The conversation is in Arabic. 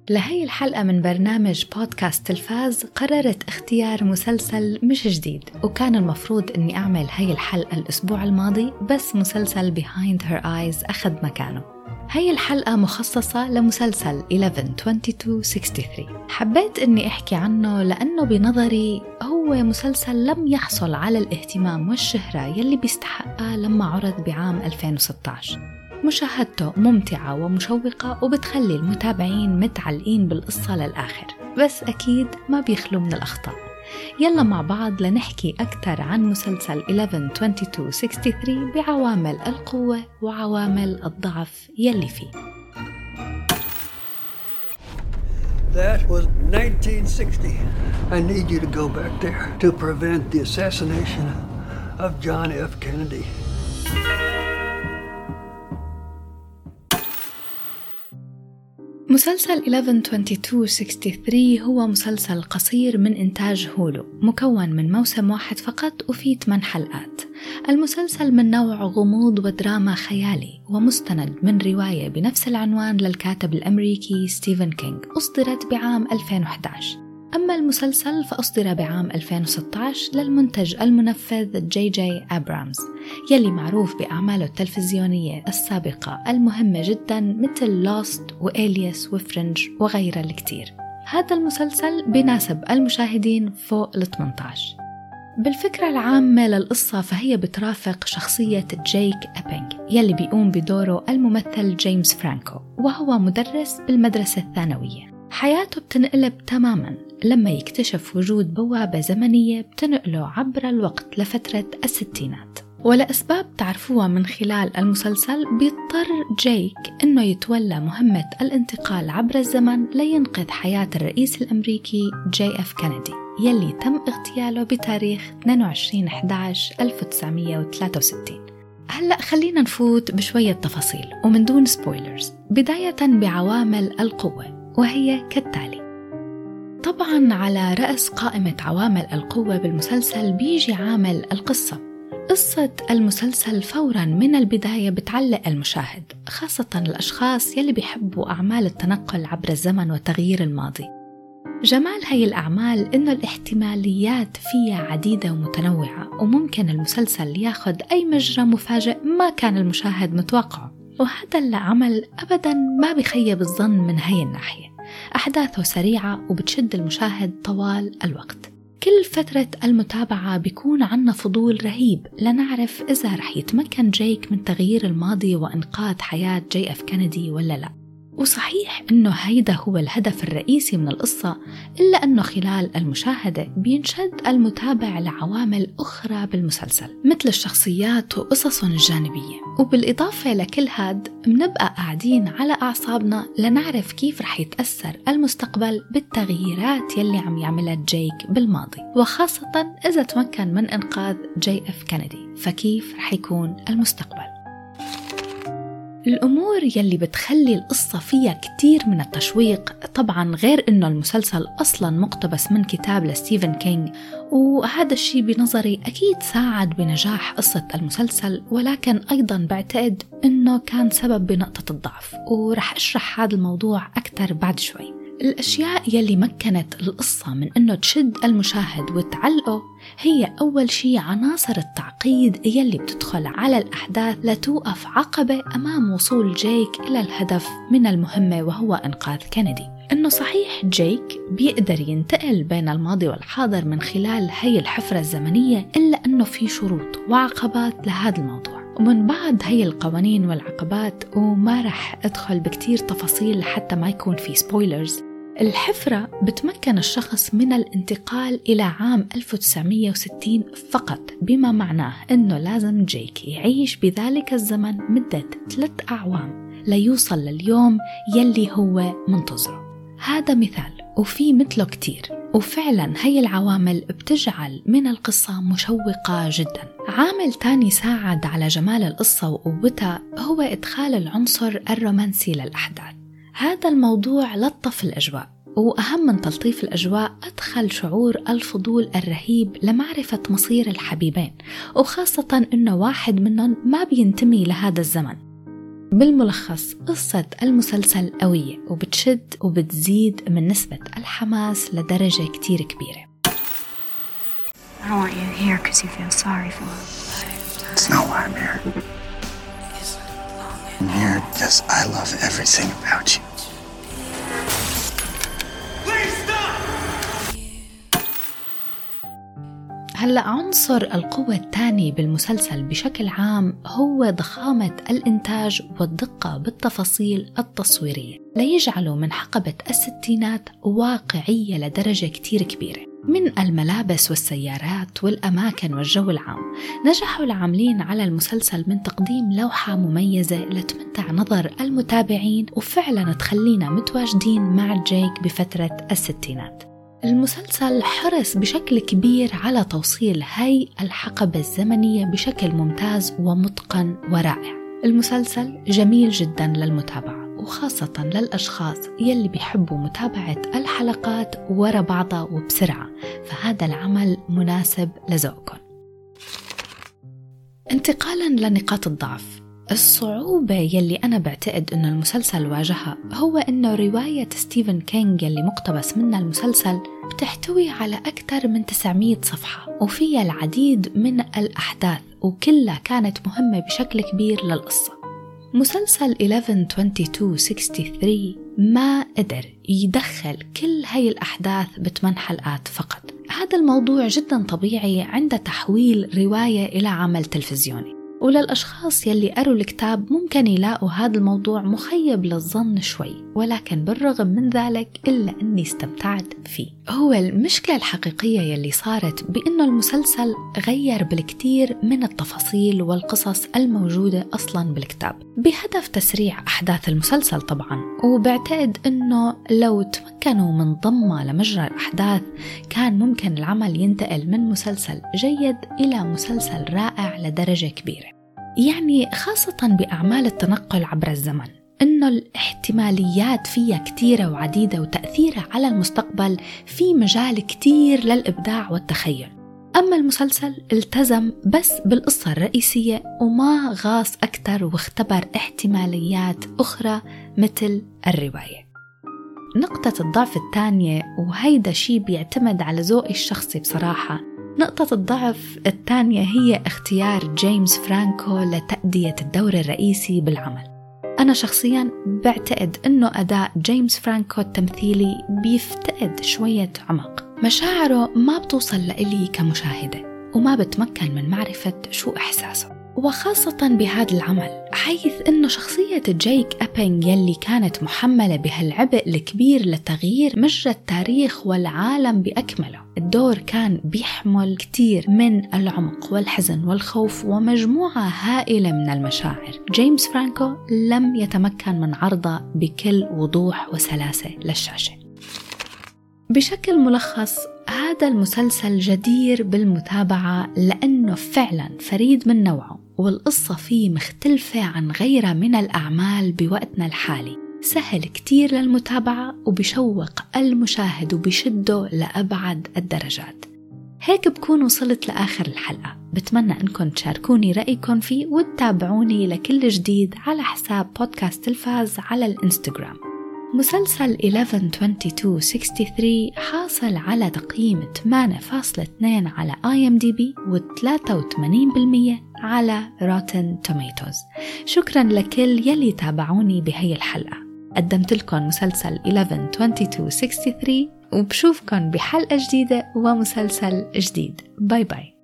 لهي الحلقة من برنامج بودكاست تلفاز قررت اختيار مسلسل مش جديد، وكان المفروض أني أعمل هاي الحلقة الأسبوع الماضي، بس مسلسل Behind Her Eyes أخذ مكانه. هاي الحلقة مخصصة لمسلسل 11/22/63. حبيت أني أحكي عنه لأنه بنظري هو مسلسل لم يحصل على الاهتمام والشهرة يلي بيستحقها لما عرض بعام 2016. مشاهدته ممتعة ومشوقة وبتخلي المتابعين متعلقين بالقصة للآخر، بس أكيد ما بيخلو من الأخطاء. يلا مع بعض لنحكي أكثر عن مسلسل 11/22/63 بعوامل القوة وعوامل الضعف يلي فيه. That was 1960. I need you to go back there to prevent the assassination of John F. Kennedy. مسلسل 11/22/63 هو مسلسل قصير من إنتاج هولو، مكون من موسم واحد فقط وفيه 8 حلقات. المسلسل من نوع غموض ودراما خيالي، ومستند من رواية بنفس العنوان للكاتب الأمريكي ستيفن كينغ، أصدرت بعام 2011. أما المسلسل فأصدر بعام 2016 للمنتج المنفذ جي أبرامز، يلي معروف بأعماله التلفزيونية السابقة المهمة جدا مثل لوست وإلياس وفرنج وغيرها الكتير. هذا المسلسل بيناسب المشاهدين فوق ال 18. بالفكرة العامة للقصة فهي بترافق شخصية جيك أبينغ يلي بيقوم بدوره الممثل جيمس فرانكو، وهو مدرس بالمدرسة الثانوية. حياته بتنقلب تماماً لما يكتشف وجود بوابة زمنية بتنقله عبر الوقت لفترة الستينات، ولأسباب تعرفوها من خلال المسلسل بيضطر جيك إنه يتولى مهمة الانتقال عبر الزمن لينقذ حياة الرئيس الأمريكي جي اف كندي يلي تم اغتياله بتاريخ 22/11/1963. هلأ خلينا نفوت بشوية تفاصيل ومن دون سبويلرز، بداية بعوامل القوة، وهي كالتالي. طبعاً على رأس قائمة عوامل القوة بالمسلسل بيجي عامل القصة. قصة المسلسل فوراً من البداية بتعلق المشاهد، خاصة الأشخاص يلي بيحبوا أعمال التنقل عبر الزمن وتغيير الماضي. جمال هاي الأعمال إنه الاحتماليات فيها عديدة ومتنوعة، وممكن المسلسل ياخد أي مجرى مفاجئ ما كان المشاهد متوقعه، وهذا اللي عمل أبداً ما بيخيب الظن من هاي الناحية. أحداثه سريعة وبتشد المشاهد طوال الوقت. كل فترة المتابعة بيكون عنا فضول رهيب لنعرف إذا رح يتمكن جيك من تغيير الماضي وإنقاذ حياة جي اف كندي ولا لا. وصحيح إنه هيدا هو الهدف الرئيسي من القصة، إلا أنه خلال المشاهدة بينشد المتابع لعوامل أخرى بالمسلسل مثل الشخصيات وقصصهم الجانبية. وبالإضافة لكل هاد منبقى قاعدين على أعصابنا لنعرف كيف رح يتأثر المستقبل بالتغييرات يلي عم يعملها جيك بالماضي، وخاصة إذا تمكن من إنقاذ جي اف كندي فكيف رح يكون المستقبل. الأمور يلي بتخلي القصة فيها كتير من التشويق، طبعاً غير إنه المسلسل أصلاً مقتبس من كتاب لستيفن كينغ، وهذا الشيء بنظري أكيد ساعد بنجاح قصة المسلسل، ولكن أيضاً بعتقد إنه كان سبب بنقطة الضعف، ورح أشرح هذا الموضوع أكتر بعد شوي. الأشياء يلي مكنت القصة من إنه تشد المشاهد وتعلقه هي أول شيء عناصر التعقيد يلي بتدخل على الأحداث لتوقف عقبة أمام وصول جيك إلى الهدف من المهمة، وهو إنقاذ كندي. إنه صحيح جيك بيقدر ينتقل بين الماضي والحاضر من خلال هاي الحفرة الزمنية، إلا أنه في شروط وعقبات لهذا الموضوع. ومن بعد هاي القوانين والعقبات، وما رح أدخل بكتير تفاصيل حتى ما يكون في سبويلرز، الحفرة بتمكن الشخص من الانتقال إلى عام 1960 فقط، بما معناه أنه لازم جيك يعيش بذلك الزمن مدة 3 أعوام ليوصل لليوم يلي هو منتظره. هذا مثال وفي مثله كتير، وفعلا هي العوامل بتجعل من القصة مشوقة جدا. عامل تاني ساعد على جمال القصة وقوتها هو إدخال العنصر الرومانسي للأحداث. هذا الموضوع لطف الأجواء، وأهم من تلطيف الأجواء أدخل شعور الفضول الرهيب لمعرفة مصير الحبيبين، وخاصة إنه واحد منهم ما بينتمي لهذا الزمن. بالملخص قصة المسلسل قوية وبتشد وبتزيد من نسبة الحماس لدرجة كتير كبيرة. I don't want you here because you feel sorry for him. It's not why I'm here. I'm here because I love everything about you. هلأ عنصر القوة الثاني بالمسلسل بشكل عام هو ضخامة الإنتاج والدقة بالتفاصيل التصويرية ليجعلوا من حقبة الستينات واقعية لدرجة كتير كبيرة. من الملابس والسيارات والأماكن والجو العام، نجحوا العاملين على المسلسل من تقديم لوحة مميزة لتمتع نظر المتابعين وفعلا تخلينا متواجدين مع جيك بفترة الستينات. المسلسل حرص بشكل كبير على توصيل هاي الحقبة الزمنية بشكل ممتاز ومتقن ورائع. المسلسل جميل جدا للمتابعة وخاصة للأشخاص يلي بيحبوا متابعة الحلقات ورا بعضها وبسرعة، فهذا العمل مناسب لذوقكم. انتقالا لنقاط الضعف، الصعوبة يلي أنا بعتقد أن المسلسل واجهها هو أنه رواية ستيفن كينج يلي مقتبس منها المسلسل بتحتوي على أكثر من 900 صفحة وفيها العديد من الأحداث وكلها كانت مهمة بشكل كبير للقصة. مسلسل 11/22/63 ما قدر يدخل كل هاي الأحداث ب8 حلقات فقط. هذا الموضوع جدا طبيعي عند تحويل رواية إلى عمل تلفزيوني، وللأشخاص يلي قروا الكتاب ممكن يلاقوا هذا الموضوع مخيب للظن شوي، ولكن بالرغم من ذلك إلا أني استمتعت فيه. هو المشكلة الحقيقية يلي صارت بأنه المسلسل غير بالكثير من التفاصيل والقصص الموجودة أصلا بالكتاب بهدف تسريع أحداث المسلسل طبعا، وبعتقد أنه لو تمكنوا من ضمه لمجرى الأحداث كان ممكن العمل ينتقل من مسلسل جيد إلى مسلسل رائع لدرجة كبيرة. يعني خاصة بأعمال التنقل عبر الزمن إنه الاحتماليات فيها كتيرة وعديدة وتأثيرها على المستقبل في مجال كتير للإبداع والتخيل. أما المسلسل التزم بس بالقصة الرئيسية وما غاص أكتر واختبر احتماليات أخرى مثل الرواية. نقطة الضعف الثانية، وهيدا شي بيعتمد على ذوقي الشخصي بصراحة، نقطة الضعف الثانية هي اختيار جيمس فرانكو لتأدية الدور الرئيسي بالعمل. أنا شخصياً بعتقد أنه أداء جيمس فرانكو التمثيلي بيفتقد شوية عمق، مشاعره ما بتوصل لإلي كمشاهدة وما بتمكن من معرفة شو إحساسه، وخاصة بهذا العمل حيث أنه شخصية جيك أبينغ يلي كانت محملة بهالعبء الكبير لتغيير مجرى التاريخ والعالم بأكمله. الدور كان بيحمل كتير من العمق والحزن والخوف ومجموعة هائلة من المشاعر. جيمس فرانكو لم يتمكن من عرضها بكل وضوح وسلاسة للشاشة. بشكل ملخص، هذا المسلسل جدير بالمتابعة لأنه فعلا فريد من نوعه، والقصة فيه مختلفة عن غيرها من الأعمال بوقتنا الحالي، سهل كتير للمتابعة وبيشوق المشاهد وبيشده لأبعد الدرجات. هيك بكون وصلت لآخر الحلقة، بتمنى أنكم تشاركوني رأيكم فيه وتتابعوني لكل جديد على حساب بودكاست تلفاز على الإنستغرام. مسلسل 11/22/63 حاصل على تقييم 8.2 على IMDb و83% على Rotten Tomatoes. شكرا لكل يلي تابعوني بهي الحلقة. قدمت لكم مسلسل 11/22/63 وبشوفكم بحلقة جديدة ومسلسل جديد. باي باي.